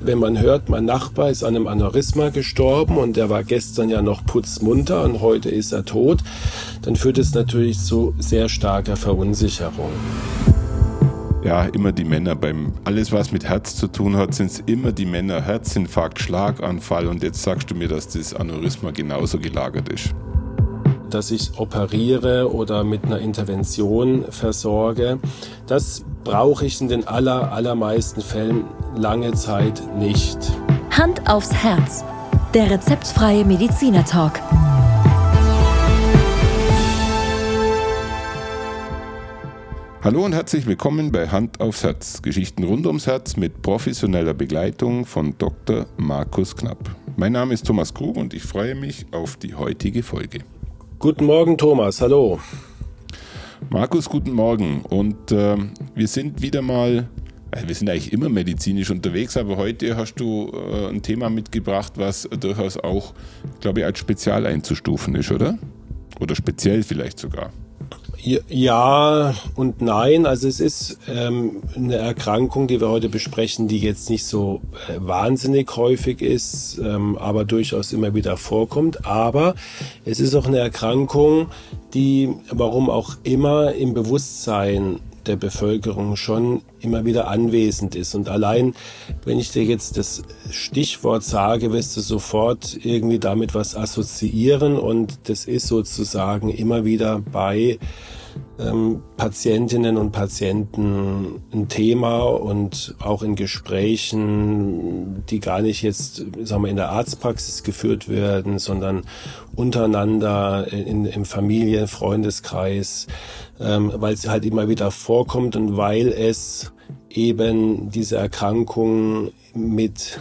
wenn man hört, mein Nachbar ist an einem Aneurysma gestorben und der war gestern ja noch putzmunter und heute ist er tot, dann führt es natürlich zu sehr starker Verunsicherung. Ja, immer die Männer. Alles, was mit Herz zu tun hat, sind es immer die Männer. Herzinfarkt, Schlaganfall und jetzt sagst du mir, dass das Aneurysma genauso gelagert ist. Dass ich operiere oder mit einer Intervention versorge, das brauche ich in den allermeisten Fällen lange Zeit nicht. Hand aufs Herz. Der rezeptfreie Mediziner-Talk. Hallo und herzlich willkommen bei Hand aufs Herz. Geschichten rund ums Herz mit professioneller Begleitung von Dr. Markus Knapp. Mein Name ist Thomas Krug und ich freue mich auf die heutige Folge. Guten Morgen, Thomas. Hallo. Markus, guten Morgen. Und wir sind wieder mal, wir sind eigentlich immer medizinisch unterwegs, aber heute hast du ein Thema mitgebracht, was durchaus auch, glaube ich, als spezial einzustufen ist, oder? Oder speziell vielleicht sogar. Ja und nein. Also es ist eine Erkrankung, die wir heute besprechen, die jetzt nicht so wahnsinnig häufig ist, aber durchaus immer wieder vorkommt. Aber es ist auch eine Erkrankung, die, warum auch immer, im Bewusstsein der Bevölkerung schon immer wieder anwesend ist. Und allein, wenn ich dir jetzt das Stichwort sage, wirst du sofort irgendwie damit was assoziieren. Und das ist sozusagen immer wieder bei Patientinnen und Patienten ein Thema und auch in Gesprächen, die gar nicht jetzt, sagen wir, in der Arztpraxis geführt werden, sondern untereinander im Familien-, Freundeskreis, weil es halt immer wieder vorkommt und weil es eben diese Erkrankung mit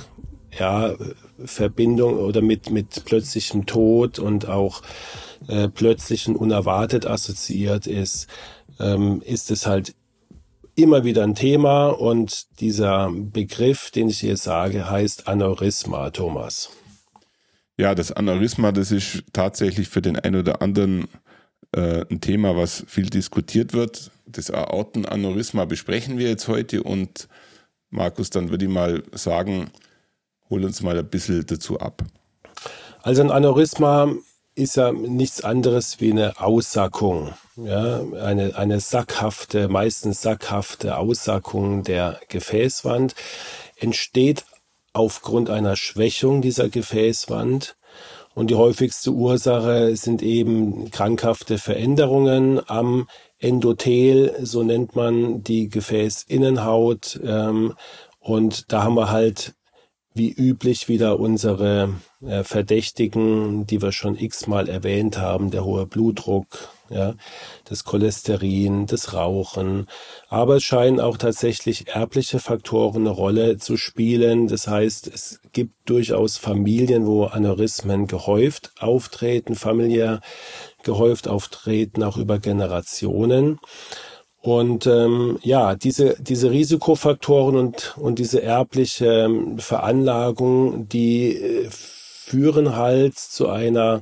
Verbindung oder mit plötzlichem Tod und auch plötzlich und unerwartet assoziiert ist es halt immer wieder ein Thema und dieser Begriff, den ich hier sage, heißt Aneurysma, Thomas. Ja, das Aneurysma, das ist tatsächlich für den einen oder anderen ein Thema, was viel diskutiert wird. Das Aortenaneurysma besprechen wir jetzt heute und Markus, dann würde ich mal sagen, hol uns mal ein bisschen dazu ab. Also ein Aneurysma ist ja nichts anderes wie eine Aussackung, ja, eine sackhafte, meistens sackhafte Aussackung der Gefäßwand, entsteht aufgrund einer Schwächung dieser Gefäßwand und die häufigste Ursache sind eben krankhafte Veränderungen am Endothel, so nennt man die Gefäßinnenhaut, und da haben wir halt wie üblich wieder unsere Verdächtigen, die wir schon x-mal erwähnt haben, der hohe Blutdruck, ja, das Cholesterin, das Rauchen. Aber es scheinen auch tatsächlich erbliche Faktoren eine Rolle zu spielen. Das heißt, es gibt durchaus Familien, wo Aneurysmen gehäuft auftreten, familiär gehäuft auftreten, auch über Generationen. Und diese Risikofaktoren und diese erbliche Veranlagung, die führen halt zu einer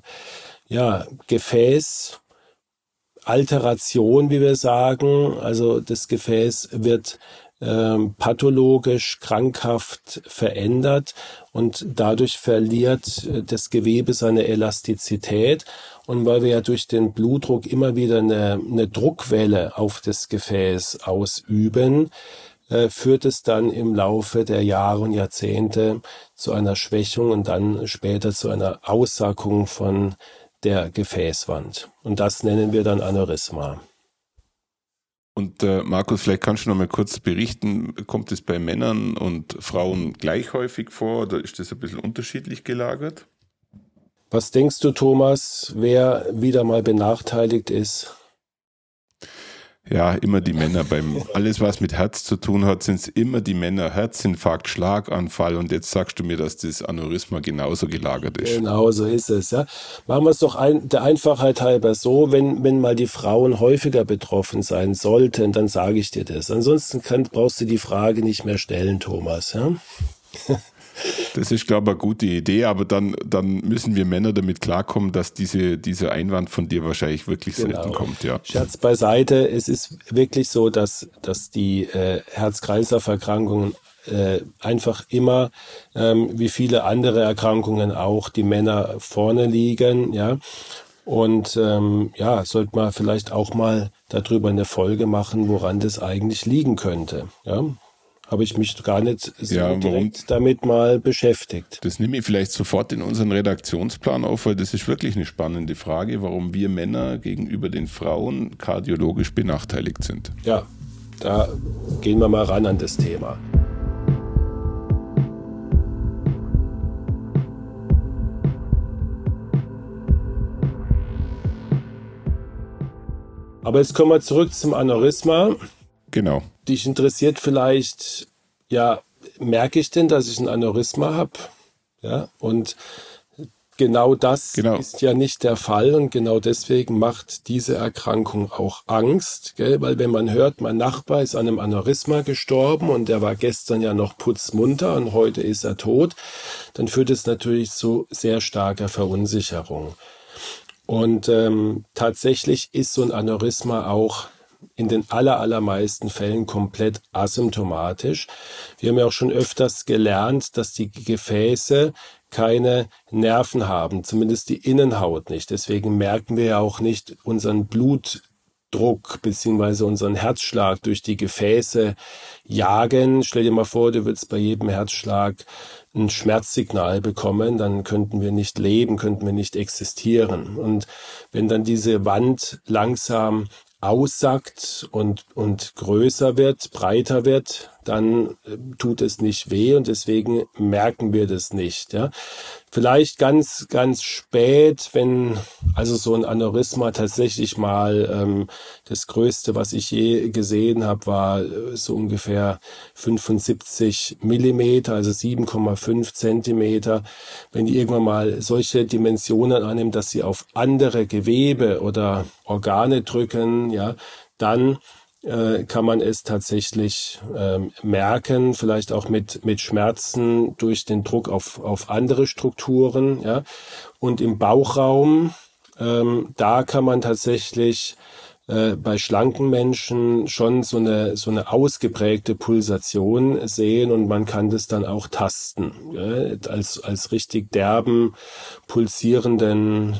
Gefäßalteration, wie wir sagen. Also das Gefäß wird pathologisch, krankhaft verändert und dadurch verliert das Gewebe seine Elastizität. Und weil wir ja durch den Blutdruck immer wieder eine Druckwelle auf das Gefäß ausüben, führt es dann im Laufe der Jahre und Jahrzehnte zu einer Schwächung und dann später zu einer Aussackung von der Gefäßwand. Und das nennen wir dann Aneurysma. Und Markus, vielleicht kannst du noch mal kurz berichten, kommt es bei Männern und Frauen gleich häufig vor oder ist das ein bisschen unterschiedlich gelagert? Was denkst du, Thomas, wer wieder mal benachteiligt ist? Ja, immer die Männer. Alles, was mit Herz zu tun hat, sind es immer die Männer. Herzinfarkt, Schlaganfall und jetzt sagst du mir, dass das Aneurysma genauso gelagert ist. Genau, so ist es. Ja. Machen wir es doch der Einfachheit halber so, wenn mal die Frauen häufiger betroffen sein sollten, dann sage ich dir das. Ansonsten brauchst du die Frage nicht mehr stellen, Thomas. Ja? Das ist, glaube ich, eine gute Idee, aber dann müssen wir Männer damit klarkommen, dass dieser Einwand von dir wahrscheinlich wirklich selten kommt. Ja. Scherz beiseite, es ist wirklich so, dass die Herz-Kreislauf-Erkrankungen einfach immer, wie viele andere Erkrankungen auch, die Männer vorne liegen, ja. Und sollte man vielleicht auch mal darüber eine Folge machen, woran das eigentlich liegen könnte. Ja, habe ich mich gar nicht so direkt damit mal beschäftigt. Das nehme ich vielleicht sofort in unseren Redaktionsplan auf, weil das ist wirklich eine spannende Frage, warum wir Männer gegenüber den Frauen kardiologisch benachteiligt sind. Ja, da gehen wir mal ran an das Thema. Aber jetzt kommen wir zurück zum Aneurysma. Genau. Dich interessiert vielleicht, ja, merke ich denn, dass ich ein Aneurysma habe? Ja, und genau das ist ja nicht der Fall und genau deswegen macht diese Erkrankung auch Angst, gell? Weil wenn man hört, mein Nachbar ist an einem Aneurysma gestorben und der war gestern ja noch putzmunter und heute ist er tot, dann führt es natürlich zu sehr starker Verunsicherung. Und tatsächlich ist so ein Aneurysma auch in den allermeisten Fällen komplett asymptomatisch. Wir haben ja auch schon öfters gelernt, dass die Gefäße keine Nerven haben, zumindest die Innenhaut nicht. Deswegen merken wir ja auch nicht unseren Blutdruck bzw. unseren Herzschlag durch die Gefäße jagen. Stell dir mal vor, du würdest bei jedem Herzschlag ein Schmerzsignal bekommen, dann könnten wir nicht leben, könnten wir nicht existieren. Und wenn dann diese Wand langsam aussackt und größer wird, breiter wird, dann tut es nicht weh und deswegen merken wir das nicht. Ja. Vielleicht ganz, ganz spät, wenn also so ein Aneurysma tatsächlich mal das Größte, was ich je gesehen habe, war so ungefähr 75 Millimeter, also 7,5 Zentimeter. Wenn die irgendwann mal solche Dimensionen annehmen, dass sie auf andere Gewebe oder Organe drücken, ja, dann kann man es tatsächlich merken, vielleicht auch mit Schmerzen durch den Druck auf andere Strukturen. Ja. Und im Bauchraum, da kann man tatsächlich bei schlanken Menschen schon so eine ausgeprägte Pulsation sehen und man kann das dann auch tasten, ja, als richtig derben, pulsierenden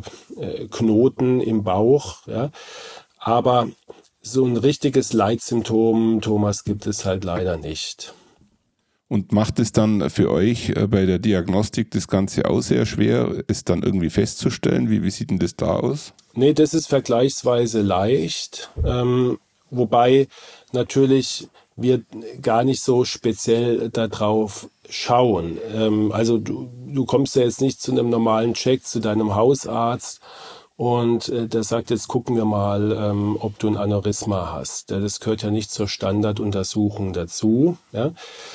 Knoten im Bauch. Ja. Aber so ein richtiges Leitsymptom, Thomas, gibt es halt leider nicht. Und macht es dann für euch bei der Diagnostik das Ganze auch sehr schwer, es dann irgendwie festzustellen? Wie sieht denn das da aus? Nee, das ist vergleichsweise leicht, wobei natürlich wir gar nicht so speziell darauf schauen. Also du kommst ja jetzt nicht zu einem normalen Check zu deinem Hausarzt und der sagt, jetzt gucken wir mal, ob du ein Aneurysma hast. Das gehört ja nicht zur Standarduntersuchung dazu. Ja?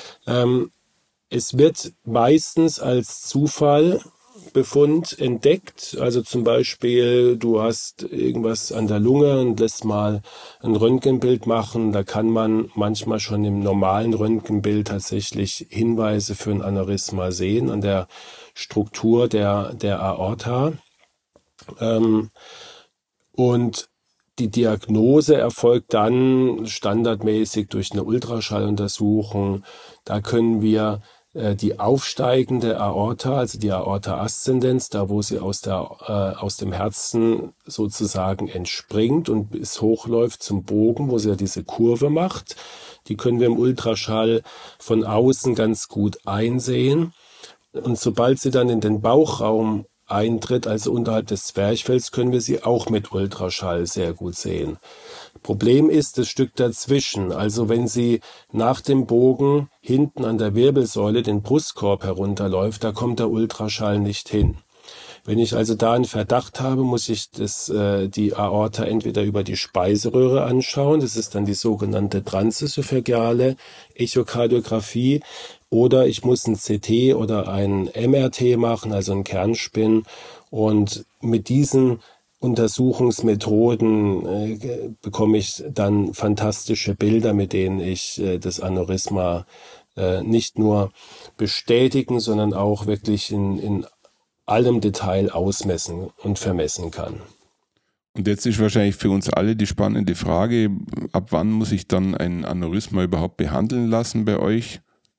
Es wird meistens als Zufallbefund entdeckt. Also zum Beispiel, du hast irgendwas an der Lunge und lässt mal ein Röntgenbild machen. Da kann man manchmal schon im normalen Röntgenbild tatsächlich Hinweise für ein Aneurysma sehen an der Struktur der Aorta. Und die Diagnose erfolgt dann standardmäßig durch eine Ultraschalluntersuchung. Da können wir die aufsteigende Aorta, also die Aorta ascendens, da wo sie aus dem Herzen sozusagen entspringt und bis hochläuft zum Bogen, wo sie ja diese Kurve macht, die können wir im Ultraschall von außen ganz gut einsehen. Und sobald sie dann in den Bauchraum eintritt, also unterhalb des Zwerchfells, können wir sie auch mit Ultraschall sehr gut sehen. Problem ist das Stück dazwischen, also wenn sie nach dem Bogen hinten an der Wirbelsäule den Brustkorb herunterläuft, da kommt der Ultraschall nicht hin. Wenn ich also da einen Verdacht habe, muss ich die Aorta entweder über die Speiseröhre anschauen, das ist dann die sogenannte transesophageale Echokardiographie, oder ich muss ein CT oder ein MRT machen, also ein Kernspin. Und mit diesen Untersuchungsmethoden bekomme ich dann fantastische Bilder, mit denen ich das Aneurysma nicht nur bestätigen, sondern auch wirklich in allem Detail ausmessen und vermessen kann. Und jetzt ist wahrscheinlich für uns alle die spannende Frage, ab wann muss ich dann ein Aneurysma überhaupt behandeln lassen bei euch?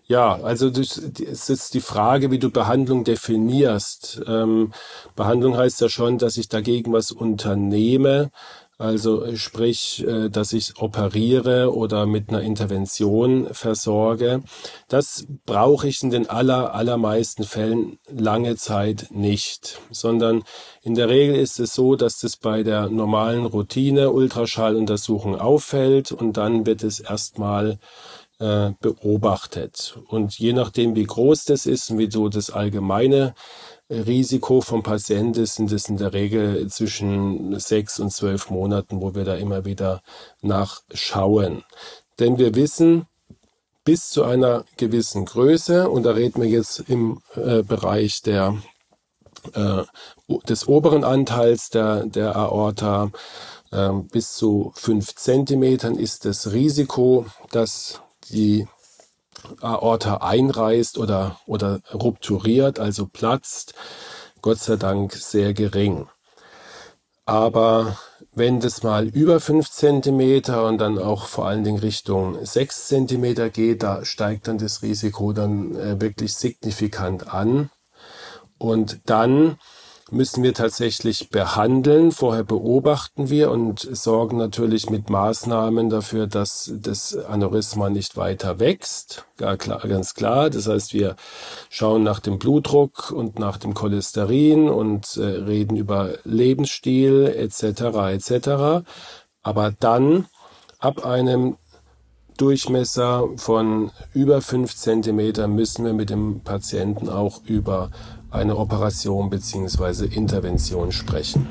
Ja, also es ist die Frage, wie du Behandlung definierst. Behandlung heißt ja schon, dass ich dagegen was unternehme. Also sprich, dass ich operiere oder mit einer Intervention versorge. Das brauche ich in den allermeisten Fällen lange Zeit nicht, sondern in der Regel ist es so, dass das bei der normalen Routine Ultraschalluntersuchung auffällt und dann wird es erstmal beobachtet. Und je nachdem, wie groß das ist und wie so das allgemeine Risiko vom Patienten ist, sind es in der Regel zwischen 6 und 12 Monaten, wo wir da immer wieder nachschauen. Denn wir wissen, bis zu einer gewissen Größe, und da reden wir jetzt im Bereich des oberen Anteils der Aorta, bis zu 5 Zentimetern ist das Risiko, dass die Aorta einreißt oder rupturiert, also platzt, Gott sei Dank sehr gering. Aber wenn das mal über 5 Zentimeter und dann auch vor allen Dingen Richtung 6 Zentimeter geht, da steigt dann das Risiko dann wirklich signifikant an. Und dann müssen wir tatsächlich behandeln. Vorher beobachten wir und sorgen natürlich mit Maßnahmen dafür, dass das Aneurysma nicht weiter wächst. Ganz klar. Das heißt, wir schauen nach dem Blutdruck und nach dem Cholesterin und reden über Lebensstil etc. etc. Aber dann ab einem Durchmesser von über 5 Zentimeter müssen wir mit dem Patienten auch über eine Operation bzw. Intervention sprechen.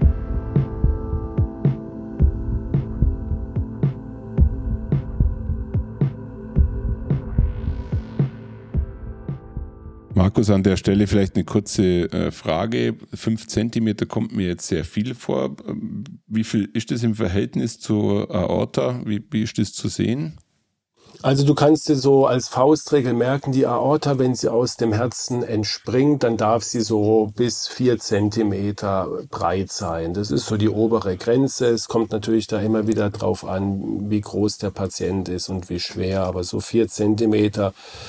Markus, an der Stelle vielleicht eine kurze Frage. 5 Zentimeter kommt mir jetzt sehr viel vor. Wie viel ist das im Verhältnis zur Aorta? Wie ist das zu sehen? Also du kannst dir so als Faustregel merken, die Aorta, wenn sie aus dem Herzen entspringt, dann darf sie so bis 4 Zentimeter breit sein. Das ist so die obere Grenze. Es kommt natürlich da immer wieder drauf an, wie groß der Patient ist und wie schwer. Aber so 4 Zentimeter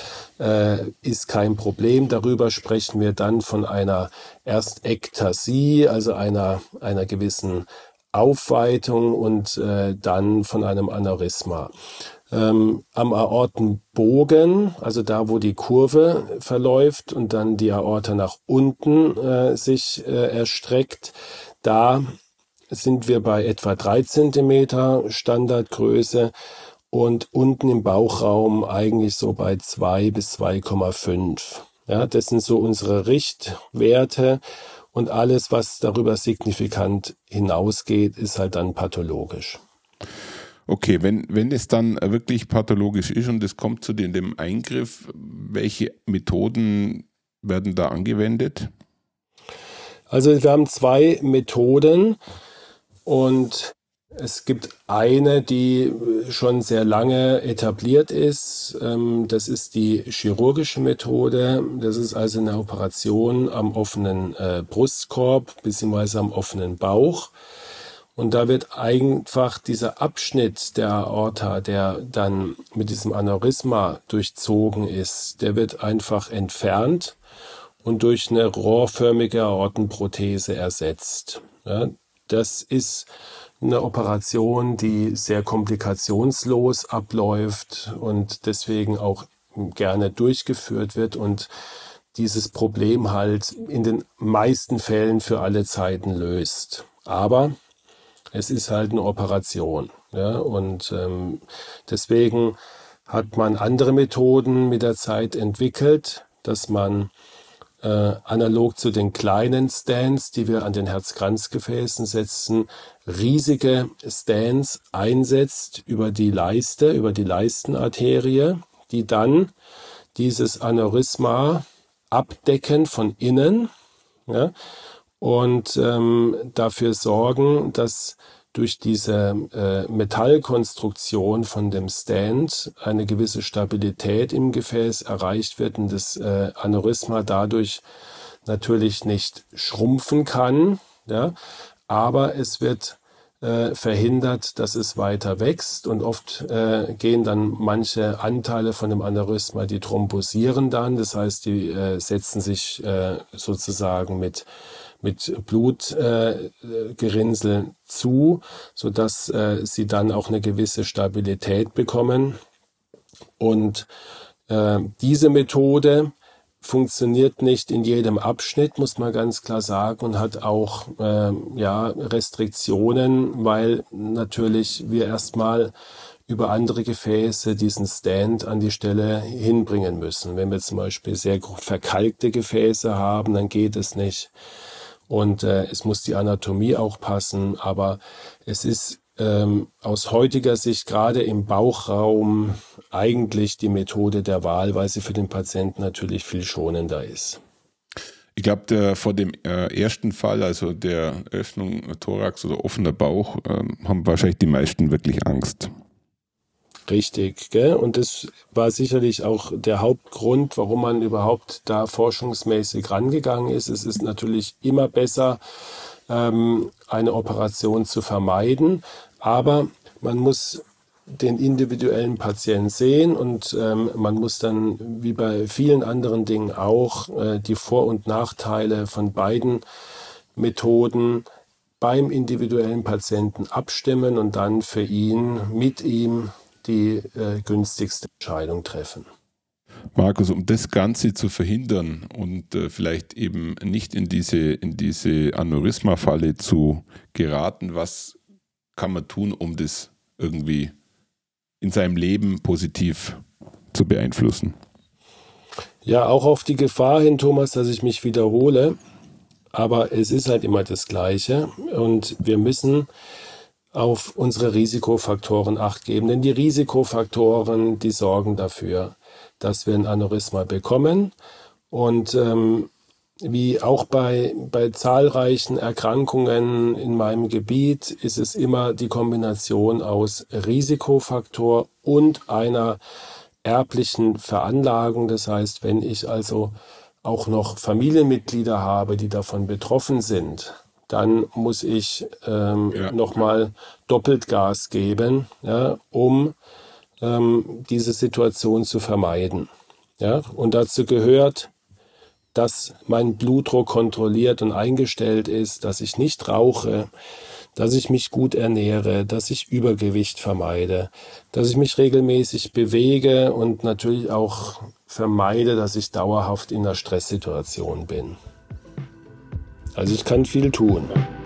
ist kein Problem. Darüber sprechen wir dann von einer Erstektasie, also einer gewissen Aufweitung und dann von einem Aneurysma. Am Aortenbogen, also da, wo die Kurve verläuft und dann die Aorta nach unten sich erstreckt, da sind wir bei etwa 3 Zentimeter Standardgröße und unten im Bauchraum eigentlich so bei 2 bis 2,5. Ja, das sind so unsere Richtwerte und alles, was darüber signifikant hinausgeht, ist halt dann pathologisch. Okay, wenn es dann wirklich pathologisch ist und es kommt zu dem Eingriff, welche Methoden werden da angewendet? Also wir haben 2 Methoden und es gibt eine, die schon sehr lange etabliert ist. Das ist die chirurgische Methode. Das ist also eine Operation am offenen Brustkorb bzw. am offenen Bauch. Und da wird einfach dieser Abschnitt der Aorta, der dann mit diesem Aneurysma durchzogen ist, der wird einfach entfernt und durch eine rohrförmige Aortenprothese ersetzt. Ja, das ist eine Operation, die sehr komplikationslos abläuft und deswegen auch gerne durchgeführt wird und dieses Problem halt in den meisten Fällen für alle Zeiten löst. Aber es ist halt eine Operation, ja, und deswegen hat man andere Methoden mit der Zeit entwickelt, dass man analog zu den kleinen Stents, die wir an den Herzkranzgefäßen setzen, riesige Stents einsetzt über die Leiste, über die Leistenarterie, die dann dieses Aneurysma abdecken von innen, ja, und dafür sorgen, dass durch diese Metallkonstruktion von dem Stent eine gewisse Stabilität im Gefäß erreicht wird und das Aneurysma dadurch natürlich nicht schrumpfen kann, ja, aber es wird verhindert, dass es weiter wächst, und oft gehen dann manche Anteile von dem Aneurysma, die thrombosieren dann, das heißt, die setzen sich sozusagen mit Blutgerinnsel zu, sodass sie dann auch eine gewisse Stabilität bekommen. Und diese Methode funktioniert nicht in jedem Abschnitt, muss man ganz klar sagen, und hat auch Restriktionen, weil natürlich wir erstmal über andere Gefäße diesen Stand an die Stelle hinbringen müssen. Wenn wir zum Beispiel sehr verkalkte Gefäße haben, dann geht es nicht. Und es muss die Anatomie auch passen, aber es ist aus heutiger Sicht gerade im Bauchraum eigentlich die Methode der Wahl, weil sie für den Patienten natürlich viel schonender ist. Ich glaube, vor dem ersten Fall, also der Öffnung Thorax oder offener Bauch, haben wahrscheinlich die meisten wirklich Angst. Richtig, gell? Und das war sicherlich auch der Hauptgrund, warum man überhaupt da forschungsmäßig rangegangen ist. Es ist natürlich immer besser, eine Operation zu vermeiden, aber man muss den individuellen Patienten sehen, und man muss dann, wie bei vielen anderen Dingen auch, die Vor- und Nachteile von beiden Methoden beim individuellen Patienten abstimmen und dann für ihn, mit ihm, die günstigste Entscheidung treffen. Markus, um das Ganze zu verhindern und vielleicht eben nicht in diese Aneurysma-Falle zu geraten, was kann man tun, um das irgendwie in seinem Leben positiv zu beeinflussen? Ja, auch auf die Gefahr hin, Thomas, dass ich mich wiederhole, aber es ist halt immer das Gleiche, und wir müssen auf unsere Risikofaktoren Acht geben, denn die Risikofaktoren, die sorgen dafür, dass wir ein Aneurysma bekommen, und wie auch bei zahlreichen Erkrankungen in meinem Gebiet ist es immer die Kombination aus Risikofaktor und einer erblichen Veranlagung. Das heißt, wenn ich also auch noch Familienmitglieder habe, die davon betroffen sind, dann muss ich nochmal doppelt Gas geben, ja, um diese Situation zu vermeiden. Ja? Und dazu gehört, dass mein Blutdruck kontrolliert und eingestellt ist, dass ich nicht rauche, dass ich mich gut ernähre, dass ich Übergewicht vermeide, dass ich mich regelmäßig bewege und natürlich auch vermeide, dass ich dauerhaft in einer Stresssituation bin. Also ich kann viel tun.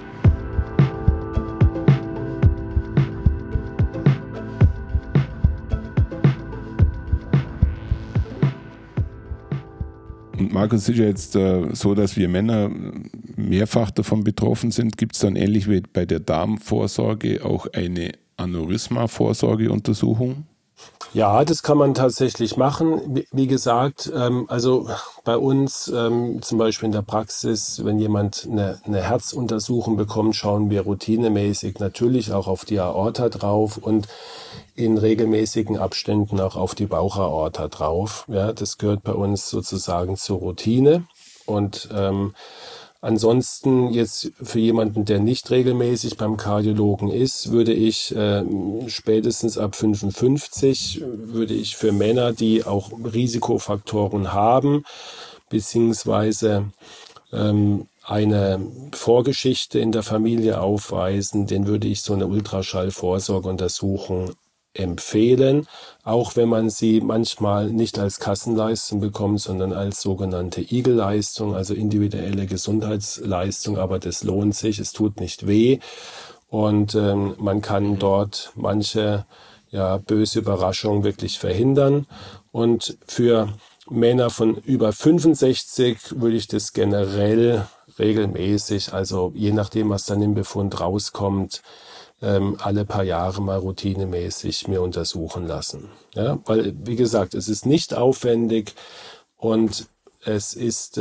Und Markus, es ist ja jetzt so, dass wir Männer mehrfach davon betroffen sind. Gibt es dann ähnlich wie bei der Darmvorsorge auch eine Aneurysma-Vorsorgeuntersuchung? Ja, das kann man tatsächlich machen. Wie gesagt, also bei uns zum Beispiel in der Praxis, wenn jemand eine Herzuntersuchung bekommt, schauen wir routinemäßig natürlich auch auf die Aorta drauf und in regelmäßigen Abständen auch auf die Bauchaorta drauf. Ja, das gehört bei uns sozusagen zur Routine. Und ansonsten jetzt für jemanden, der nicht regelmäßig beim Kardiologen ist, würde ich spätestens ab 55, würde ich für Männer, die auch Risikofaktoren haben, beziehungsweise eine Vorgeschichte in der Familie aufweisen, den würde ich so eine Ultraschallvorsorgeuntersuchung empfehlen, auch wenn man sie manchmal nicht als Kassenleistung bekommt, sondern als sogenannte Igel-Leistung, also individuelle Gesundheitsleistung, aber das lohnt sich, es tut nicht weh und man kann dort manche böse Überraschungen wirklich verhindern. Und für Männer von über 65 würde ich das generell regelmäßig, also je nachdem, was dann im Befund rauskommt, alle paar Jahre mal routinemäßig mir untersuchen lassen. Ja, weil, wie gesagt, es ist nicht aufwendig und es ist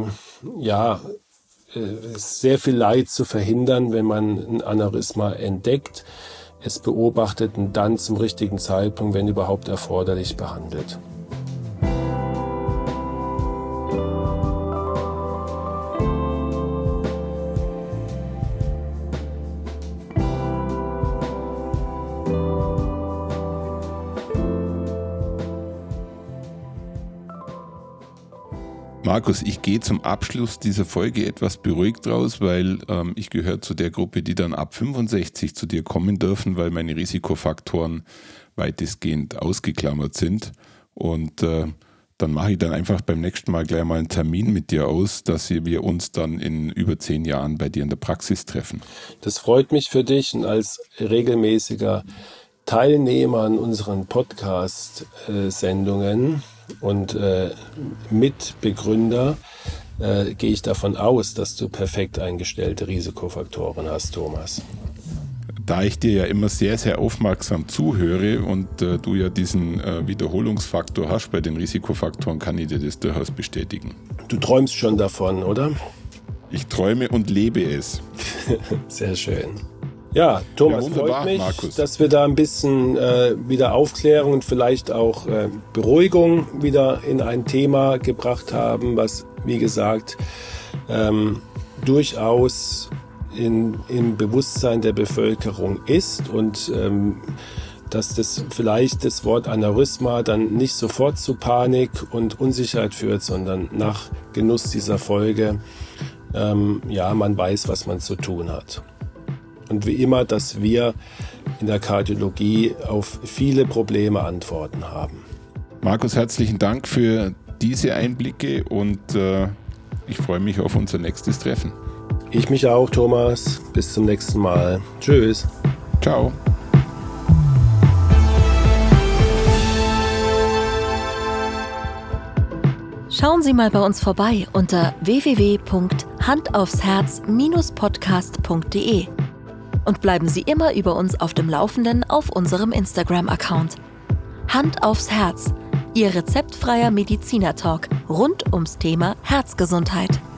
sehr viel Leid zu verhindern, wenn man ein Aneurysma entdeckt, es beobachtet und dann zum richtigen Zeitpunkt, wenn überhaupt erforderlich, behandelt. Markus, ich gehe zum Abschluss dieser Folge etwas beruhigt raus, weil ich gehöre zu der Gruppe, die dann ab 65 zu dir kommen dürfen, weil meine Risikofaktoren weitestgehend ausgeklammert sind. Und dann mache ich dann einfach beim nächsten Mal gleich mal einen Termin mit dir aus, dass wir uns dann in über 10 Jahren bei dir in der Praxis treffen. Das freut mich für dich und als regelmäßiger Teilnehmer an unseren Podcast-Sendungen und Mitbegründer gehe ich davon aus, dass du perfekt eingestellte Risikofaktoren hast, Thomas. Da ich dir ja immer sehr, sehr aufmerksam zuhöre und du ja diesen Wiederholungsfaktor hast bei den Risikofaktoren, kann ich dir das durchaus bestätigen. Du träumst schon davon, oder? Ich träume und lebe es. Sehr schön. Ja, Thomas, freut mich, Markus, dass wir da ein bisschen wieder Aufklärung und vielleicht auch Beruhigung wieder in ein Thema gebracht haben, was, wie gesagt, durchaus im Bewusstsein der Bevölkerung ist und dass das vielleicht das Wort Aneurysma dann nicht sofort zu Panik und Unsicherheit führt, sondern nach Genuss dieser Folge, man weiß, was man zu tun hat. Und wie immer, dass wir in der Kardiologie auf viele Probleme Antworten haben. Markus, herzlichen Dank für diese Einblicke und ich freue mich auf unser nächstes Treffen. Ich mich auch, Thomas. Bis zum nächsten Mal. Tschüss. Ciao. Schauen Sie mal bei uns vorbei unter www.handaufsherz-podcast.de und bleiben Sie immer über uns auf dem Laufenden auf unserem Instagram-Account. Hand aufs Herz, Ihr rezeptfreier Mediziner-Talk rund ums Thema Herzgesundheit.